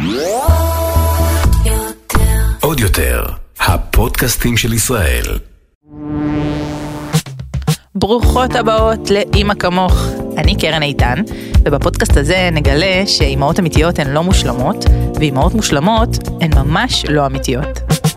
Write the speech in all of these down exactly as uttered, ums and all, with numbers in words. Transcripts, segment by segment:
עוד יותר, הפודקאסטים של ישראל. ברוכות הבאות לאמא כמוך. אני קרן איתן, ובפודקאסט הזה נגלה שאימהות אמיתיות הן לא מושלמות, ואימהות מושלמות הן ממש לא אמיתיות.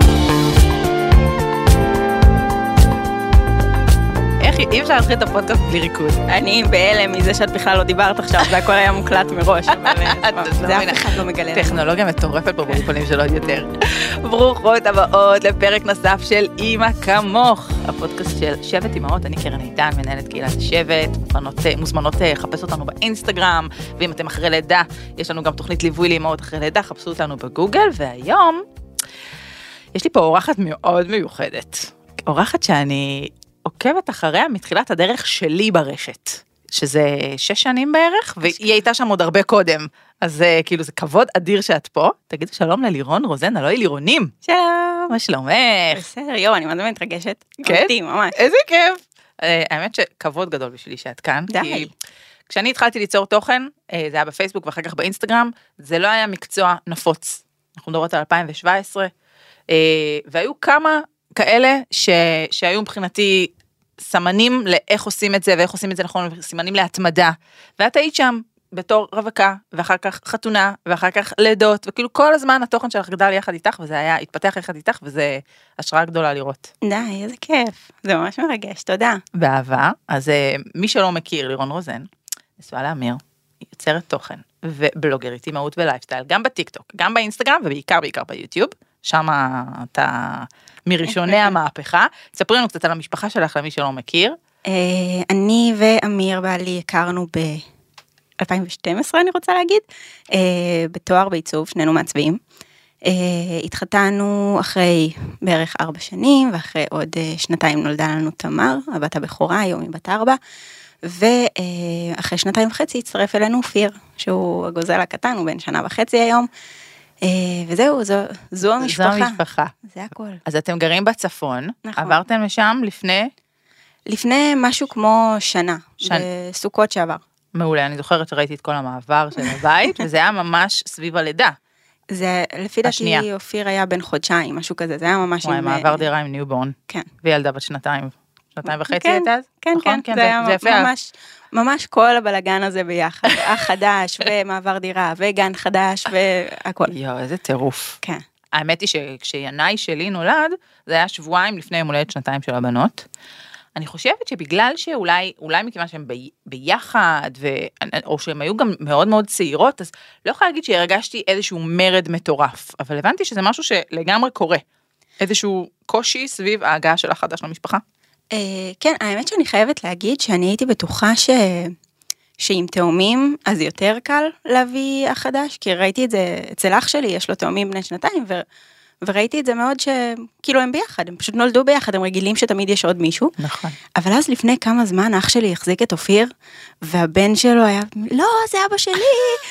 איך אי אפשר להתחיל את הפודקאסט בלי ריקוד? אני בהלם מזה שאת בכלל לא דיברת עכשיו, זה הכל היה מוקלט מראש, זה אף אחד לא מגלה. טכנולוגיה מטורפת פה באולפנים של עוד יותר. ברוכות הבאות לפרק נוסף של אמא כמוך, הפודקאסט של שבט אמהות. אני קרן איתן, מנהלת קהילת השבט, מוזמנות לחפש אותנו באינסטגרם, ואם אתם אחרי לידה, יש לנו גם תוכנית ליווי לאמהות אחרי לידה, חפשו אותנו בגוגל, והיום יש לי פה אורחת מאוד מיוחדת. אורחת שאני עוקבת אחריה מתחילת הדרך שלי ברשת, שזה שש שנים בערך, והיא הייתה שם עוד הרבה קודם, אז כאילו זה כבוד אדיר שאת פה. תגידו שלום ללירון רוזן, הלוא היא לירונים. שלום. מה שלומך? בסדר, יו, אני מאוד מתרגשת. כן? אותי, ממש. איזה כיף. האמת שכבוד גדול בשבילי שאת כאן. די. כשאני התחלתי ליצור תוכן, זה היה בפייסבוק ואחר כך באינסטגרם, זה לא היה מקצוע נפוץ. אנחנו מדברות על אלפיים שבע עשרה, והיו כמה כאלה ש... שהיו מבחינתי סמנים לאיך עושים את זה, ואיך עושים את זה נכון, סימנים להתמדה, ואת היית שם בתור רווקה, ואחר כך חתונה, ואחר כך לידות, וכאילו כל הזמן התוכן שלך גדל יחד איתך, וזה היה, התפתח יחד איתך, וזה השראה גדולה לראות. די, איזה כיף, זה ממש מרגש, תודה. באהבה. אז מי שלא מכיר, לירון רוזן, נשואה לאמיר, היא יוצרת תוכן, ובלוגרית אימהות ולייפסטייל, גם בטיקטוק, גם באינסטגרם, ובעיקר בעיקר ביוטיוב, שם אתה מראשוני המהפכה. תספרי לנו קצת על המשפחה שלך, למי שלא מכיר. אני ואמיר בעלי הכרנו ב-אלפיים ושתים עשרה, אני רוצה להגיד, בתואר בעיצוב, שנינו מעצבים. התחתנו אחרי בערך ארבע שנים, ואחרי עוד שנתיים נולדה לנו תמר, הבת הבכורה, היום היא בת ארבע, ואחרי שנתיים וחצי הצטרף אלינו אופיר, שהוא הגוזל הקטן, הוא בן שנה וחצי היום, וזהו, זו, זו המשפחה. זו המשפחה. זה הכל. אז אתם גרים בצפון, נכון. עברתם לשם לפני? לפני משהו כמו שנה, שנה. בסוכות שעבר. מעולה, אני זוכרת שראיתי את כל המעבר של הבית, וזה היה ממש סביב הלידה. זה, לפי דעתי, אופיר היה בן חודשיים, משהו כזה, זה היה ממש וואי, עם... מעבר דירה עם ניובורן. כן. וילדה בת שנתיים. שנתיים וחצי כן, הייתה אז? כן, נכון? כן, זה היה ממש, ממש כל הבלגן הזה ביחד, אח חדש, ומעבר דירה, וגן חדש, והכל. יו, איזה טירוף. כן. האמת היא שכשינאי שלי נולד, זה היה שבועיים לפני יום הולדת שנתיים של הבנות. אני חושבת שבגלל שאולי, אולי מכיוון שהם ב, ביחד, ו, או שהם היו גם מאוד מאוד צעירות, אז לא יכולה להגיד שהרגשתי איזשהו מרד מטורף, אבל הבנתי שזה משהו שלגמרי קורה. איזשהו קושי סביב ההגעה של החדש למשפחה. כן, האמת שאני חייבת להגיד שאני הייתי בטוחה ש... שעם תאומים אז יותר קל להביא החדש, כי ראיתי את זה אצל אח שלי, יש לו תאומים בני שנתיים, ו... וראיתי את זה מאוד שכאילו הם ביחד, הם פשוט נולדו ביחד, הם רגילים שתמיד יש עוד מישהו. נכון. אבל אז לפני כמה זמן אח שלי החזיק את אופיר, והבן שלו היה, לא, זה אבא שלי.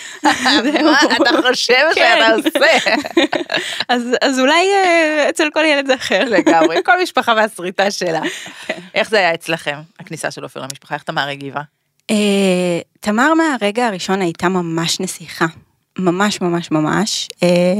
מה אתה חושב שאתה עושה? אז אולי אצל כל ילד זה אחר. לגמרי, כל משפחה והסריטה שלה. איך זה היה אצלכם, הכניסה של אופיר למשפחה? איך תמר הגיבה? תמר מהרגע הראשון הייתה ממש נסיכה. ממש ממש ממש.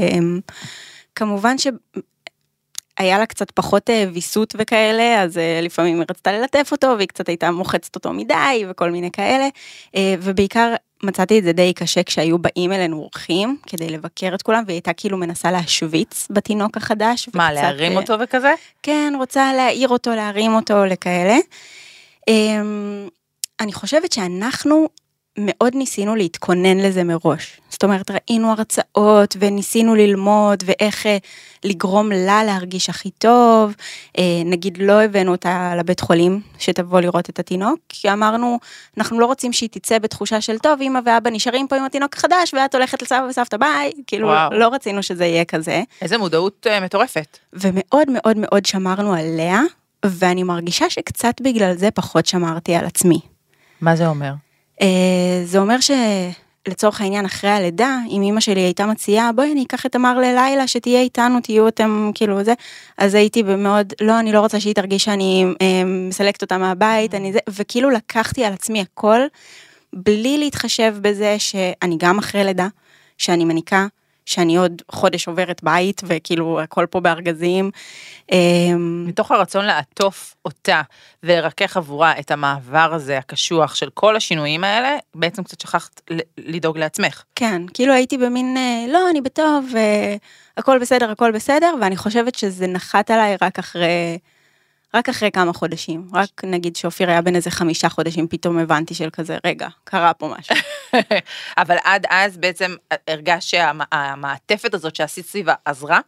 כמובן שהיה לה קצת פחות ויסות וכאלה, אז לפעמים היא רצתה ללטף אותו, והיא קצת הייתה מוחצת אותו מדי, וכל מיני כאלה, ובעיקר מצאתי את זה די קשה, כשהיו באים אלינו אורחים, כדי לבקר את כולם, והיא הייתה כאילו מנסה להשוויץ בתינוק החדש. מה, להרים אותו וכזה? כן, רוצה להעיר אותו, להרים אותו, לכאלה. אני חושבת שאנחנו מאוד ניסינו להתכונן לזה מראש. זאת אומרת, ראינו הרצאות וניסינו ללמוד ואיך לגרום לה להרגיש הכי טוב. נגיד לא הבאנו אותה לבית חולים שתבוא לראות את התינוק, כי אמרנו, אנחנו לא רוצים שהיא תצא בתחושה של טוב, אמא ואבא נשארים פה עם התינוק החדש, ואת הולכת לסבא וסבתא ביי, כאילו וואו. לא רצינו שזה יהיה כזה. איזה מודעות מטורפת. ומאוד מאוד מאוד שמרנו עליה, ואני מרגישה שקצת בגלל זה פחות שמרתי על עצמי. מה זה אומר? זה אומר שלצורך העניין אחרי הלידה, אם אמא שלי הייתה מציעה, בואי אני אקח את תמר ללילה, שתהיה איתנו, תהיו אתם כאילו זה, אז הייתי במאוד, לא, אני לא רוצה שהיא תרגיש שאני מסלקת אותה מהבית, אני זה, וכאילו לקחתי על עצמי הכל, בלי להתחשב בזה שאני גם אחרי לידה, שאני מניקה, שאני עוד חודש עוברת בית, וכאילו הכל פה בארגזים. מתוך הרצון לעטוף אותה, ולרכך עבורה את המעבר הזה, הקשוח של כל השינויים האלה, בעצם קצת שכחת לדאוג לעצמך. כן, כאילו הייתי במין, לא, אני בטוב, הכל בסדר, הכל בסדר, ואני חושבת שזה נחת עליי רק אחרי... רק אחרי כמה חודשים, רק נגיד שאופיר היה בין איזה חמישה חודשים, פתאום הבנתי של כזה, רגע, קרה פה משהו. אבל עד אז בעצם הרגש שהמעטפת הזאת שעשית סביבה עזרה?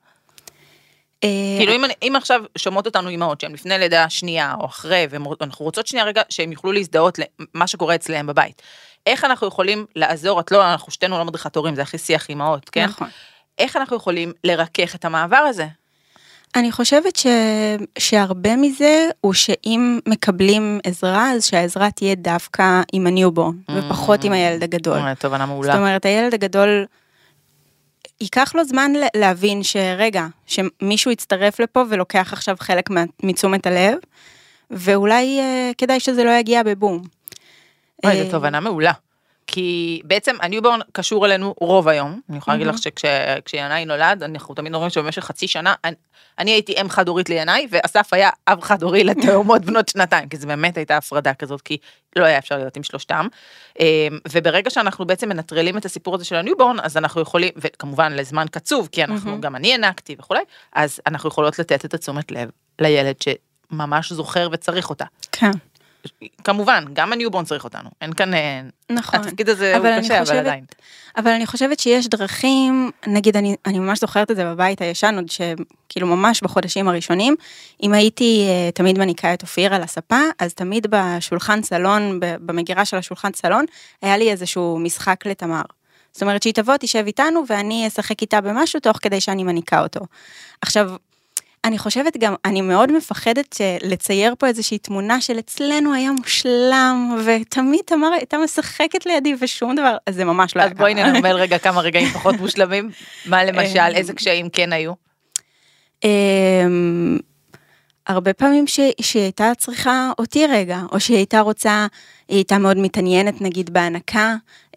כאילו אם עכשיו שומעות אותנו אימהות שהן לפני לידה שנייה או אחרי, ואנחנו רוצות שנייה רגע שהם יוכלו להזדהות למה שקורה אצלהם בבית. איך אנחנו יכולים לעזור, את לא, אנחנו שתינו לא מדריכת הורים, זה הכי שיח אימהות, כן? נכון. איך אנחנו יכולים לרכך את המעבר הזה? אני חושבת ש... שהרבה מזה הוא שאם מקבלים עזרה, אז שהעזרה תהיה דווקא עם הניובורן, ופחות עם הילד הגדול. תובנה מעולה. זאת אומרת, הילד הגדול, ייקח לו זמן להבין שרגע, שמישהו יצטרף לפה ולוקח עכשיו חלק מתשומת הלב, ואולי כדאי שזה לא יגיע בבום. אוי, זו תובנה מעולה. כי בעצם הניובורן קשור אלינו רוב היום, אני יכולה להגיד לך שכשיענאי נולד, אנחנו תמיד אומרים שבמשך חצי שנה, אני הייתי אם חד-הורית ליענאי, ואסף היה אב חד-הורי לתאומות בנות שנתיים, כי זה באמת הייתה הפרדה כזאת, כי לא היה אפשר להיות עם שלושתם, וברגע שאנחנו בעצם מנטרלים את הסיפור הזה של הניובורן, אז אנחנו יכולים, וכמובן לזמן קצוב, כי אנחנו, גם אני הענקתי וכו', אז אנחנו יכולות לתת את התשומת לב לילד שממש זוכר וצריך אותה. כן. כמובן, גם הניובורן צריך אותנו, אין כאן, נכון. התפקיד הזה הוא קשה, אבל עדיין. אבל אני חושבת שיש דרכים, נגיד, אני, אני ממש זוכרת את זה בבית הישן, עוד שכאילו ממש בחודשים הראשונים, אם הייתי תמיד מניקה את אופיר על הספה, אז תמיד בשולחן סלון, במגירה של השולחן סלון, היה לי איזשהו משחק לתמר. זאת אומרת שהיא תבוא, תשב איתנו, ואני אשחק איתה במשהו, תוך כדי שאני מניקה אותו. עכשיו, אני חושבת גם, אני מאוד מפחדת לצייר פה איזושהי תמונה של אצלנו היה מושלם, ותמיד תמר הייתה משחקת לידי ושום דבר, אז זה ממש לא היה כמה. אז בואי ננרמל רגע כמה רגעים פחות מושלמים, מה למשל, איזה קשיים כן היו? הרבה פעמים שהיא הייתה צריכה אותי רגע, או שהיא הייתה רוצה, היא הייתה מאוד מתעניינת נגיד בהנקה,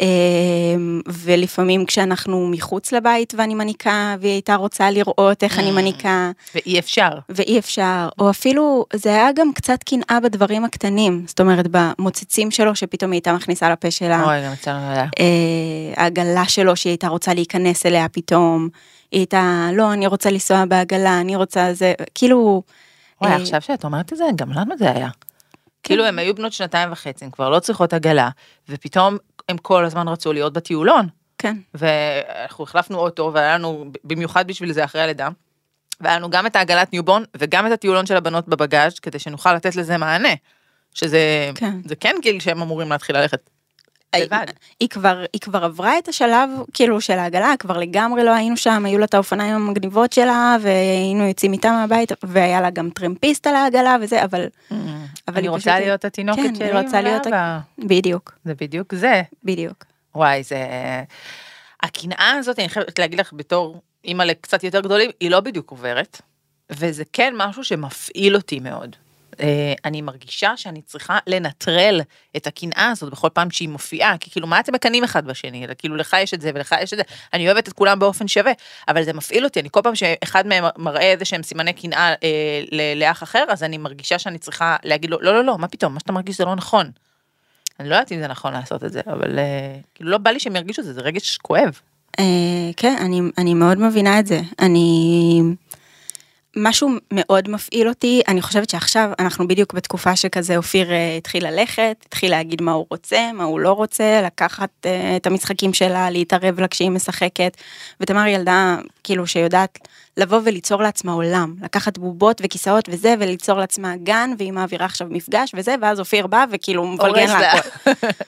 ולפעמים כשאנחנו מחוץ לבית ואני מניקה, והיא הייתה רוצה לראות איך אני מניקה. ואי אפשר. ואי אפשר, או אפילו זה היה גם קצת קנאה בדברים הקטנים, זאת אומרת במוצצים שלו שפתאום היא הייתה מכניסה לפה שלה. אוי, גם אצלנו היה. העגלה שלו שהיא הייתה רוצה להיכנס אליה פתאום, היא הייתה, לא, אני רוצה לנסוע בעגלה, אני רוצה זה, כאילו... וואי, עכשיו שאת אומרת את זה, גם לנו זה היה. כאילו הם היו בנות שנתיים וחצי, הם כבר לא צריכות עגלה, ופתאום הם כל הזמן רצו להיות בטיולון. כן. ואנחנו החלפנו אוטו, והיה לנו, במיוחד בשביל זה אחרי הלידה, והיה לנו גם את העגלת ניובורן, וגם את הטיולון של הבנות בבגאז' כדי שנוכל לתת לזה מענה. שזה זה כן גיל שהם אמורים להתחיל ללכת. היא כבר, היא כבר עברה את השלב, כאילו, של העגלה, כבר לגמרי לא היינו שם, היו לה את האופניים המגניבות שלה, והיינו יוצאים איתה מהבית, והיה לה גם טרמפיסט על העגלה וזה, אבל... אני רוצה להיות התינוקת שלי. כן, אני רוצה להיות... בדיוק. זה בדיוק זה. בדיוק. וואי, זה... הקנאה הזאת, אני חייבת להגיד לך, בתור אימא לקצת יותר גדולים, היא לא בדיוק עוברת, וזה כן משהו שמפעיל אותי מאוד. אני מרגישה שאני צריכה לנטרל את הקנאה הזאת בכל פעם שהיא מופיעה, כי כאילו מה אתם מקנים אחד בשני, כאילו לך יש את זה ולך יש את זה, אני אוהבת את כולם באופן שווה, אבל זה מפעיל אותי, אני כל פעם שאחד מהם מראה איזה שהם סימני קנאה לאח אחר, אז אני מרגישה שאני צריכה להגיד לו, לא, לא, לא, מה פתאום, מה שאתה מרגיש זה לא נכון. אני לא יודעת אם זה נכון לעשות את זה, אבל כאילו לא בא לי שהם ירגישו את זה, זה רגש כואב. כן, אני מאוד מבינה את זה, אני... משהו מאוד מפעיל אותי, אני חושבת שעכשיו אנחנו בדיוק בתקופה שכזה אופיר התחיל ללכת, התחיל להגיד מה הוא רוצה, מה הוא לא רוצה, לקחת את המשחקים שלה, להתערב לה כשהיא משחקת, ותמר ילדה כאילו שיודעת לבוא וליצור לעצמה עולם, לקחת בובות וכיסאות וזה, וליצור לעצמה גן, והיא מעבירה עכשיו מפגש וזה, ואז אופיר בא וכאילו מבלגן לה הכל.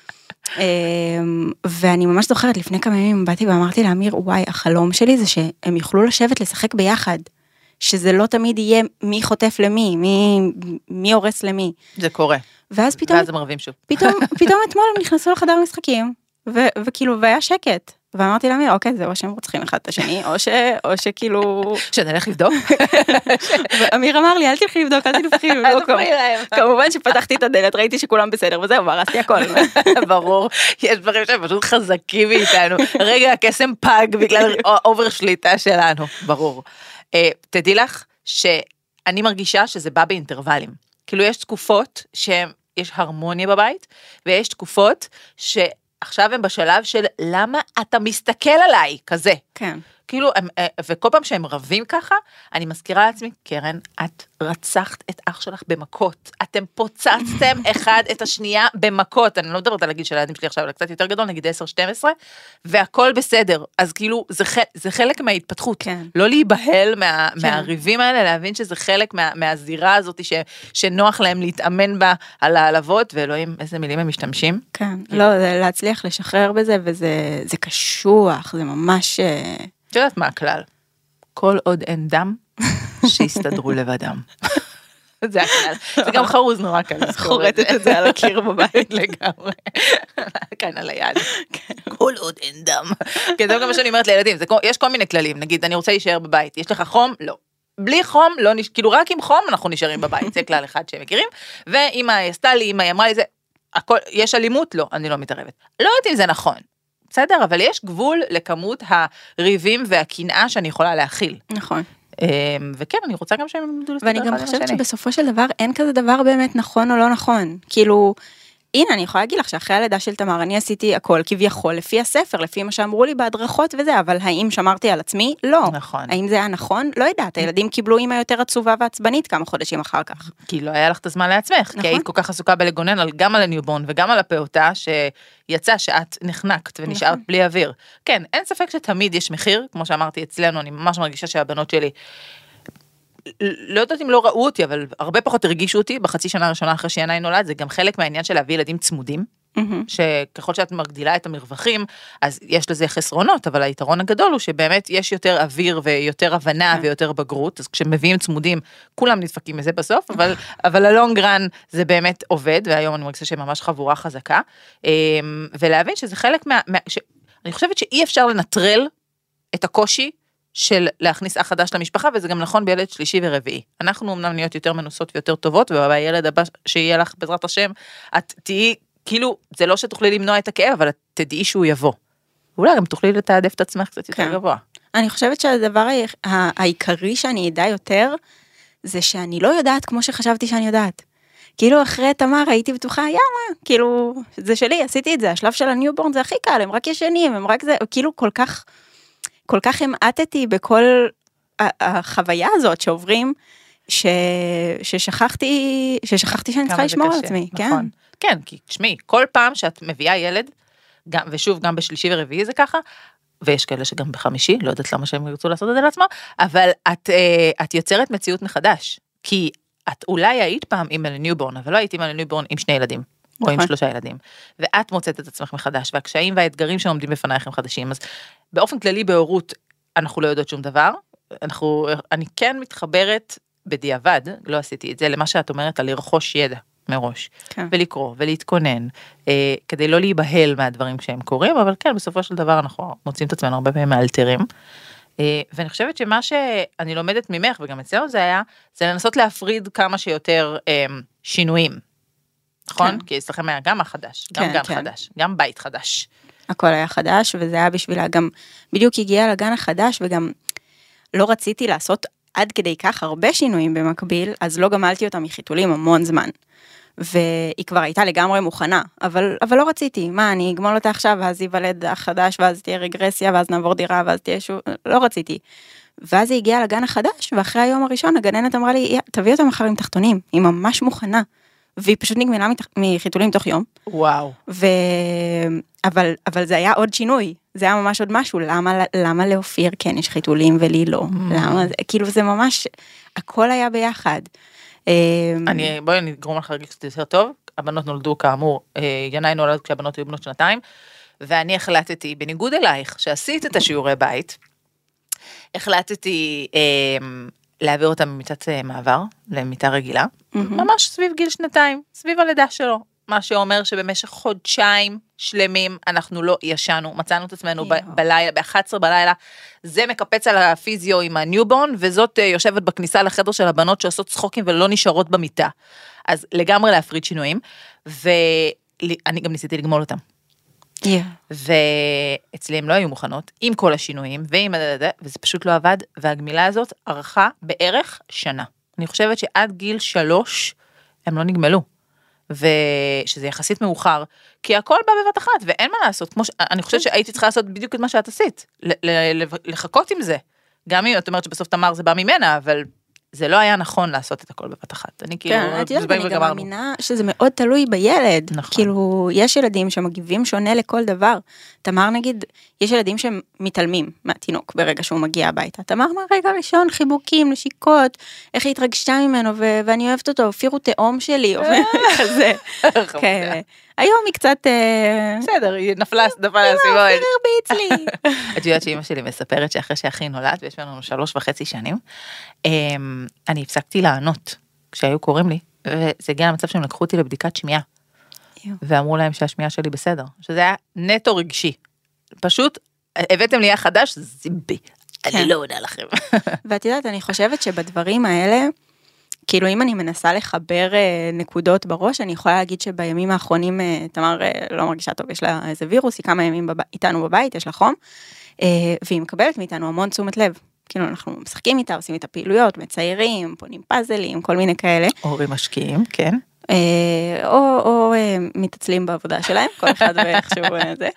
ואני ממש זוכרת, לפני כמה ימים באתי ואמרתי לאמיר, וואי, החלום שלי זה שהם יוכלו לשבת לשחק ביחד. שזה לא תמיד יהיה מי חוטף למי, מי, מי הורס למי. זה קורה. ואז פתאום, ואז הם רבים שוב. פתאום, פתאום אתמול הם נכנסו לחדר משחקים, ו, וכאילו, והיה שקט. ואמרתי לאמיר, אוקיי, זה או שהם רוצחים אחד את השני, או ש... או שכאילו... שנלך לבדוק. ואמיר אמר לי, אל תלכי לבדוק, אל תלכי לבדוק. כמובן שפתחתי את הדלת, ראיתי שכולם בסדר, וזהו, הרסתי הכל. ברור, יש דברים שהם פשוט חזקים מאיתנו. רגע, הקסם פג בגלל אובר שליטה שלנו, ברור. תדעי לך שאני מרגישה שזה בא באינטרוולים. כאילו יש תקופות שיש הרמוניה בבית, ויש תקופות שעכשיו הם בשלב של למה אתה מסתכל עליי, כזה. כן. כאילו, וכל פעם שהם רבים ככה, אני מזכירה לעצמי, קרן, את רצחת את אח שלך במכות, אתם פוצצתם אחד את השנייה במכות, אני לא מדברת על הגיל של הילדים שלי עכשיו, אלא קצת יותר גדול, נגיד עשר שתים עשרה, והכל בסדר, אז כאילו, זה, זה חלק מההתפתחות, כן. לא להיבהל מה, כן. מהריבים האלה, להבין שזה חלק מה, מהזירה הזאת, ש, שנוח להם להתאמן בה על העלבות, ואלוהים, איזה מילים הם משתמשים. כן, לא, זה להצליח לשחרר בזה, וזה זה קשוח, זה ממש... את יודעת מה הכלל? כל עוד אין דם, שיסתדרו לבדם. זה הכלל. זה גם חרוז נורא כאן. חורטת את זה על הקיר בבית. לגמרי. כאן על היד. כל עוד אין דם. כי זה גם מה שאני אומרת לילדים, יש כל מיני כללים, נגיד, אני רוצה להישאר בבית, יש לך חום? לא. בלי חום, לא, כאילו רק עם חום אנחנו נשארים בבית, זה כלל אחד שהם מכירים, ואמא עשתה לי, אמא אמרה לי זה, יש אלימות? לא, אני לא מתערבת. לא יודעת אם זה נכון. בסדר, אבל יש גבול לכמות הריבים והקנאה שאני יכולה להכיל. נכון. וכן, אני רוצה גם שהם ילמדו להסתדר. ואני גם חושבת שבסופו של דבר אין כזה דבר באמת נכון או לא נכון. כאילו, הנה, אני יכולה להגיד לך שאחרי הלידה של תמר, אני עשיתי הכל כביכול לפי הספר, לפי מה שאמרו לי בהדרכות וזה, אבל האם שמרתי על עצמי? לא. נכון. האם זה היה נכון? לא יודעת. הילדים קיבלו אימא יותר עצובה ועצבנית כמה חודשים אחר כך. כי לא היה לך את הזמן לעצמך, כי היית כל כך עסוקה בלגונן גם על הניובורן וגם על הפעוטה, שיצא שאת נחנקת ונשארת בלי אוויר. כן, אין ספק שתמיד יש מחיר, כמו שאמרתי אצלנו, אני ממש מרגישה שהבנות שלי לא יודעת אם לא ראו אותי, אבל הרבה פחות הרגישו אותי, בחצי שנה הראשונה אחרי שינאי נולד, זה גם חלק מהעניין של להביא ילדים צמודים, שככל שאת מגדילה את המרווחים, אז יש לזה חסרונות, אבל היתרון הגדול הוא שבאמת יש יותר אוויר ויותר הבנה ויותר בגרות, אז כשמביאים צמודים, כולם נדפקים מזה בסוף, אבל, אבל הלונגרן זה באמת עובד, והיום אני מרגישה שממש חבורה חזקה, ולהבין שזה חלק מה... ש... אני חושבת שאי אפשר לנטרל את הקושי, של להכניס אח חדש למשפחה, וזה גם נכון בילד שלישי ורביעי. אנחנו אמנם נהיות יותר מנוסות ויותר טובות, ובילד הבא שיהיה לך בעזרת השם, את תהיי, כאילו, זה לא שתוכלי למנוע את הכאב, אבל את תדעי שהוא יבוא. אולי גם תוכלי לתעדף את עצמך קצת יותר גבוה. אני חושבת שהדבר העיקרי שאני אדע יותר, זה שאני לא יודעת כמו שחשבתי שאני יודעת. כאילו אחרי תמר הייתי בטוחה, יאללה, כאילו, זה שלי, עשיתי את זה, השלב של הניובורן זה הכי קל, הם רק ישנים, הם רק זה, כאילו כל כך... כל כך המעטתי בכל החוויה הזאת שעוברים, ש... ששכחתי, ששכחתי שאני צריכה לשמור על עצמי. נכון. כן, כן, כי תשמעי, כל פעם שאת מביאה ילד, גם, ושוב, גם בשלישי ורביעי זה ככה, ויש כאלה שגם בחמישי, לא יודעת למה שהם ירצו לעשות את זה לעצמם, אבל את, את יוצרת מציאות מחדש, כי את אולי היית פעם אימא לניובורן, אבל לא היית אימא לניובורן עם שני ילדים. או עם שלושה ילדים, ואת מוצאת את עצמך מחדש, והקשיים והאתגרים שעומדים בפנייך הם חדשים, אז באופן כללי בהורות, אנחנו לא יודעות שום דבר, אנחנו, אני כן מתחברת בדיעבד, לא עשיתי את זה, למה שאת אומרת, על לרכוש ידע מראש, כן. ולקרוא, ולהתכונן, אה, כדי לא להיבהל מהדברים שהם קורים, אבל כן, בסופו של דבר אנחנו מוצאים את עצמנו הרבה פעמים מאלתרים, אה, ואני חושבת שמה שאני לומדת ממך, וגם אצלנו זה היה, זה לנסות להפריד כמה שיותר אה, שינויים, נכון? כן. כי אצלכם היה גם החדש, גם כן, גן כן. חדש, גם בית חדש. הכל היה חדש, וזה היה בשבילה גם, בדיוק הגיעה לגן החדש, וגם לא רציתי לעשות עד כדי כך הרבה שינויים במקביל, אז לא גמלתי אותה מחיתולים המון זמן. והיא כבר הייתה לגמרי מוכנה, אבל, אבל לא רציתי, מה, אני אגמול אותה עכשיו, ואז ייוולד החדש, ואז תהיה רגרסיה, ואז נעבור דירה, ואז תהיה שוב, לא רציתי. ואז היא הגיעה לגן החדש, ואחרי היום הראשון, הגננת אמרה לי, תביא אותה מחר עם תחתונים, היא ממש מוכנה. והיא פשוט נגמלה מחיתולים תוך יום. וואו. ו... אבל, אבל זה היה עוד שינוי, זה היה ממש עוד משהו, למה, למה לאופיר כן יש חיתולים ולי לא? Mm. למה, כאילו זה ממש, הכל היה ביחד. אני, בואי נגרום לך להרגיש קצת יותר טוב, הבנות נולדו כאמור, ינאי נולד כשהבנות היו בנות שנתיים, ואני החלטתי, בניגוד אלייך, שעשית את השיעורי בית, החלטתי להעביר אותה ממיטת מעבר, למיטה רגילה, ממש סביב גיל שנתיים, סביב הלידה שלו. מה שאומר שבמשך חודשיים שלמים אנחנו לא ישנו, מצאנו את עצמנו ב- בלילה, ב-אחת עשרה בלילה, זה מקפץ על הפיזיו עם הניובורן, וזאת יושבת בכניסה לחדר של הבנות שעושות צחוקים ולא נשארות במיטה. אז לגמרי להפריד שינויים, ואני גם ניסיתי לגמול אותם. Yeah. ואצלי הם לא היו מוכנות, עם כל השינויים, ועם הדדה, וזה פשוט לא עבד, והגמילה הזאת ערכה בערך שנה. אני חושבת שעד גיל שלוש, הם לא נגמלו. ושזה יחסית מאוחר, כי הכל בא בבת אחת, ואין מה לעשות, כמו ש... אני חושבת שהייתי צריכה לעשות בדיוק את מה שאת עשית, לחכות עם זה, גם אם את אומרת שבסוף תמר זה בא ממנה, אבל זה לא היה נכון לעשות את הכל בבת אחת, אני כאילו, כן, את יודעת, אני גם מאמינה שזה מאוד תלוי בילד, כאילו, יש ילדים שמגיבים שונה לכל דבר, תמר נגיד, יש ילדים שמתעלמים מהתינוק ברגע שהוא מגיע הביתה, תמר מהרגע ראשון, חיבוקים, נשיקות, איך היא התרגשתה ממנו, ואני אוהבת אותו, אופירו תאום שלי, או כזה, כאלה. היום היא קצת... בסדר, היא נפלה, נפלה על הסיבוב. אופיר הרביץ לי. את יודעת שאמא שלי מספרת שאחרי שאחי נולד, ויש לנו שלוש וחצי שנים, אני הפסקתי לענות כשהיו קוראים לי, וזה הגיע למצב שהם לקחו אותי לבדיקת שמיעה, ואמרו להם שהשמיעה שלי בסדר, שזה היה נטו רגשי. פשוט הבאתם לי חדש, זיבי, אני לא עונה לכם. ואת יודעת, אני חושבת שבדברים האלה, כאילו אם אני מנסה לחבר נקודות בראש, אני יכולה להגיד שבימים האחרונים, תמר לא מרגישה טוב, יש לה איזה וירוס, היא כמה ימים בב... איתנו בבית, יש לה חום, והיא מקבלת מאיתנו המון תשומת לב. כאילו אנחנו משחקים איתה, עושים איתה פעילויות, מציירים, פונים פאזלים, כל מיני כאלה. הורים משקיעים, כן. או, או מתעצלים בעבודה שלהם, כל אחד ואיכשהו זה.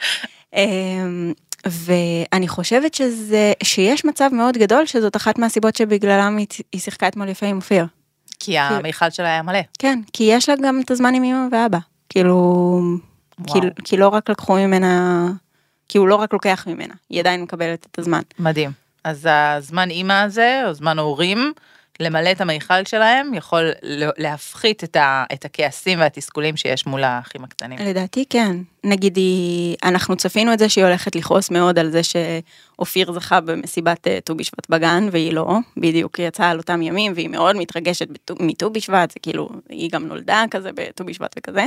ואני חושבת שזה, שיש מצב מאוד גדול, שזאת אחת מהסיבות שבגללם היא שיחקה אתמול יפה עם אופיר. כי המיכל שלה היה מלא. כן, כי יש לה גם את הזמן עם אמא ואבא. כאילו, כי, כי לא רק לקחו ממנה, כי הוא לא רק לוקח ממנה, היא עדיין מקבלת את הזמן. מדהים. אז הזמן אמא הזה, או זמן ההורים, למלא את המיכל שלהם, יכול להפחית את, ה, את הכעסים והתסכולים שיש מול האחים הקטנים. לדעתי כן. נגיד, היא, אנחנו צפינו את זה שהיא הולכת לכעוס מאוד על זה שאופיר זכה במסיבת ט"ו בשבט בגן, והיא לא, בדיוק היא יצאה על אותם ימים, והיא מאוד מתרגשת מט"ו בשבט, זה כאילו, היא גם נולדה כזה בט"ו בשבט וכזה.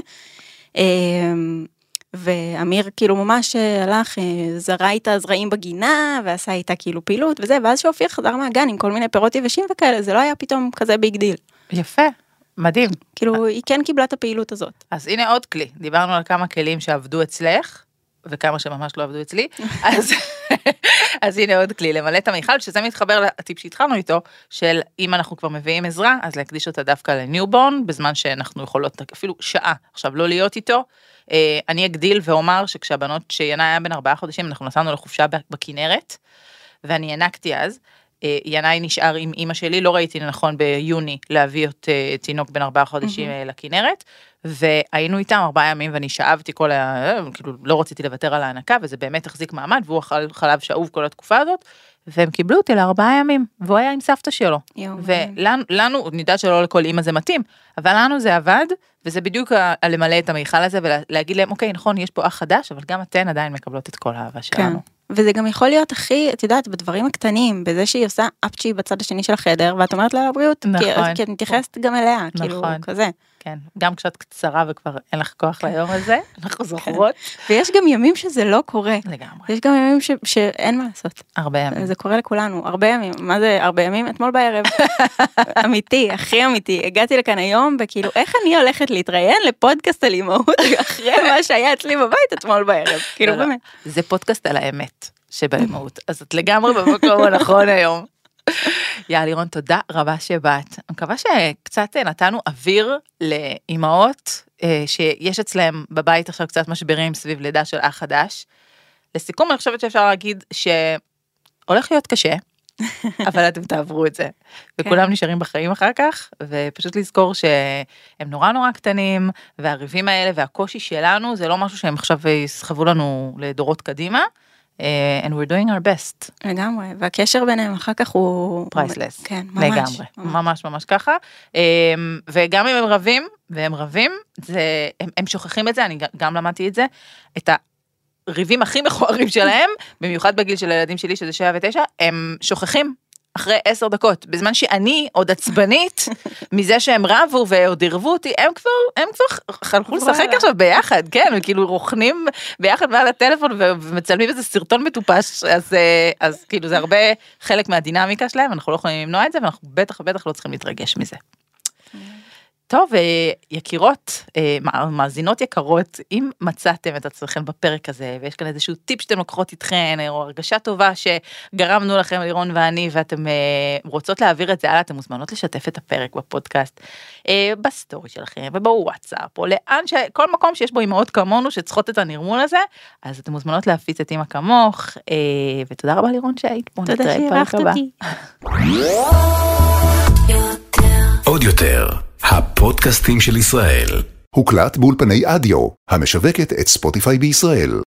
ואמיר כאילו ממש הלך, זרה איתה זרעים בגינה, ועשה איתה כאילו פעילות וזה, ואז שאופיר חזר מהגן עם כל מיני פירות יבשים וכאלה, זה לא היה פתאום כזה ביג דיל. יפה, מדהים. כאילו, היא כן קיבלה את הפעילות הזאת. אז הנה עוד כלי, דיברנו על כמה כלים שעבדו אצלך, וכמה שממש לא עבדו אצלי, אז, אז הנה עוד כלי, למלא את המיכל, שזה מתחבר לטיפ שהתחלנו איתו, של אם אנחנו כבר מביאים עזרה, אז להקדיש אותה דווקא לניובורן, בזמן שאנחנו יכולות אפילו שעה, עכשיו לא להיות איתו, אני אגדיל ואומר שכשהבנות שינאי היה בין ארבעה חודשים, אנחנו נסענו לחופשה בכנרת, ואני ינקתי אז, ינאי נשאר עם אמא שלי, לא ראיתי נכון ביוני להביא את תינוק בין ארבעה חודשים לכנרת, והיינו איתם ארבעה ימים, ואני שאבתי כל ה... כאילו לא רציתי לוותר על ההנקה, וזה באמת החזיק מעמד, והוא אכל חלב שאוב כל התקופה הזאת, והם קיבלו אותי לארבעה ימים, והוא היה עם סבתא שלו. ולנו, אני יודעת שלא לכל אמא זה מתאים, אבל לנו זה עבד, וזה בדיוק למלא את המיכל הזה, ולהגיד להם, אוקיי, נכון, יש פה אח חדש, אבל גם אתן עדיין מקבלות את כל האהבה שלנו. וזה גם יכול להיות הכי, את יודעת, בדברים הקטנים, בזה שהיא עושה אפצ'י בצד השני של החדר, ואת אומרת לה לבריאות, כי את מתייחסת גם אליה, כאילו, כזה. כן, גם כשאת קצרה וכבר אין לך כוח ליום הזה, אנחנו זוכרות. ויש גם ימים שזה לא קורה. לגמרי. יש גם ימים שאין מה לעשות. הרבה ימים. זה קורה לכולנו, הרבה ימים. מה זה הרבה ימים? אתמול בערב. אמיתי, הכי אמיתי. הגעתי לכאן היום, וכאילו, איך אני הולכת להתראיין לפודקאסט על אימהות, אחרי מה שהיה אצלי בבית אתמול בערב. כאילו, באמת. זה פודקאסט על האמת שבאימהות. אז את לגמרי במקום הנכון היום. יאללה לירון, תודה רבה שבאת. אני מקווה שקצת נתנו אוויר לאימהות, שיש אצלהם בבית עכשיו קצת משברים סביב לידה של אח חדש. לסיכום, אני חושבת שאפשר להגיד שהולך להיות קשה, אבל אתם תעברו את זה. וכולם נשארים בחיים אחר כך, ופשוט לזכור שהם נורא נורא קטנים, והריבים האלה והקושי שלנו, זה לא משהו שהם עכשיו יסחבו לנו לדורות קדימה, and we're doing our best. לגמרי, והקשר ביניהם אחר כך הוא... פרייסלס. כן, ממש. לגמרי, ממש ממש ככה. וגם אם הם רבים, והם רבים, זה, הם, הם שוכחים את זה, אני גם למדתי את זה, את הריבים הכי מכוערים שלהם, במיוחד בגיל של הילדים שלי, שזה שבע ותשע, הם שוכחים אחרי עשר דקות, בזמן שאני עוד עצבנית, מזה שהם רבו ועוד ערבו אותי, הם כבר, הם כבר חלכו לשחק עכשיו ביחד, כן, וכאילו רוכנים ביחד מעל הטלפון, ומצלמים איזה סרטון מטופש, אז, אז כאילו זה הרבה חלק מהדינמיקה שלהם, אנחנו לא יכולים למנוע את זה, ואנחנו בטח בטח לא צריכים להתרגש מזה. טוב, יקירות, מאזינות יקרות, אם מצאתם את עצמכם בפרק הזה, ויש כאן איזשהו טיפ שאתם לוקחות איתכן, או הרגשה טובה שגרמנו לכם, לירון ואני, ואתם רוצות להעביר את זה הלאה, אתם מוזמנות לשתף את הפרק בפודקאסט, בסטורי שלכם, ובוואטסאפ, או לאן, כל מקום שיש בו אימהות כמונו, שצריכות את הנרמול הזה, אז אתם מוזמנות להפיץ את אמא כמוך, ותודה רבה לירון שהיית פה, תודה שאירחת אותי. עוד יותר, הפודקאסטים של ישראל. הוקלט באולפני אדיו, המשווקת את ספוטיפיי בישראל.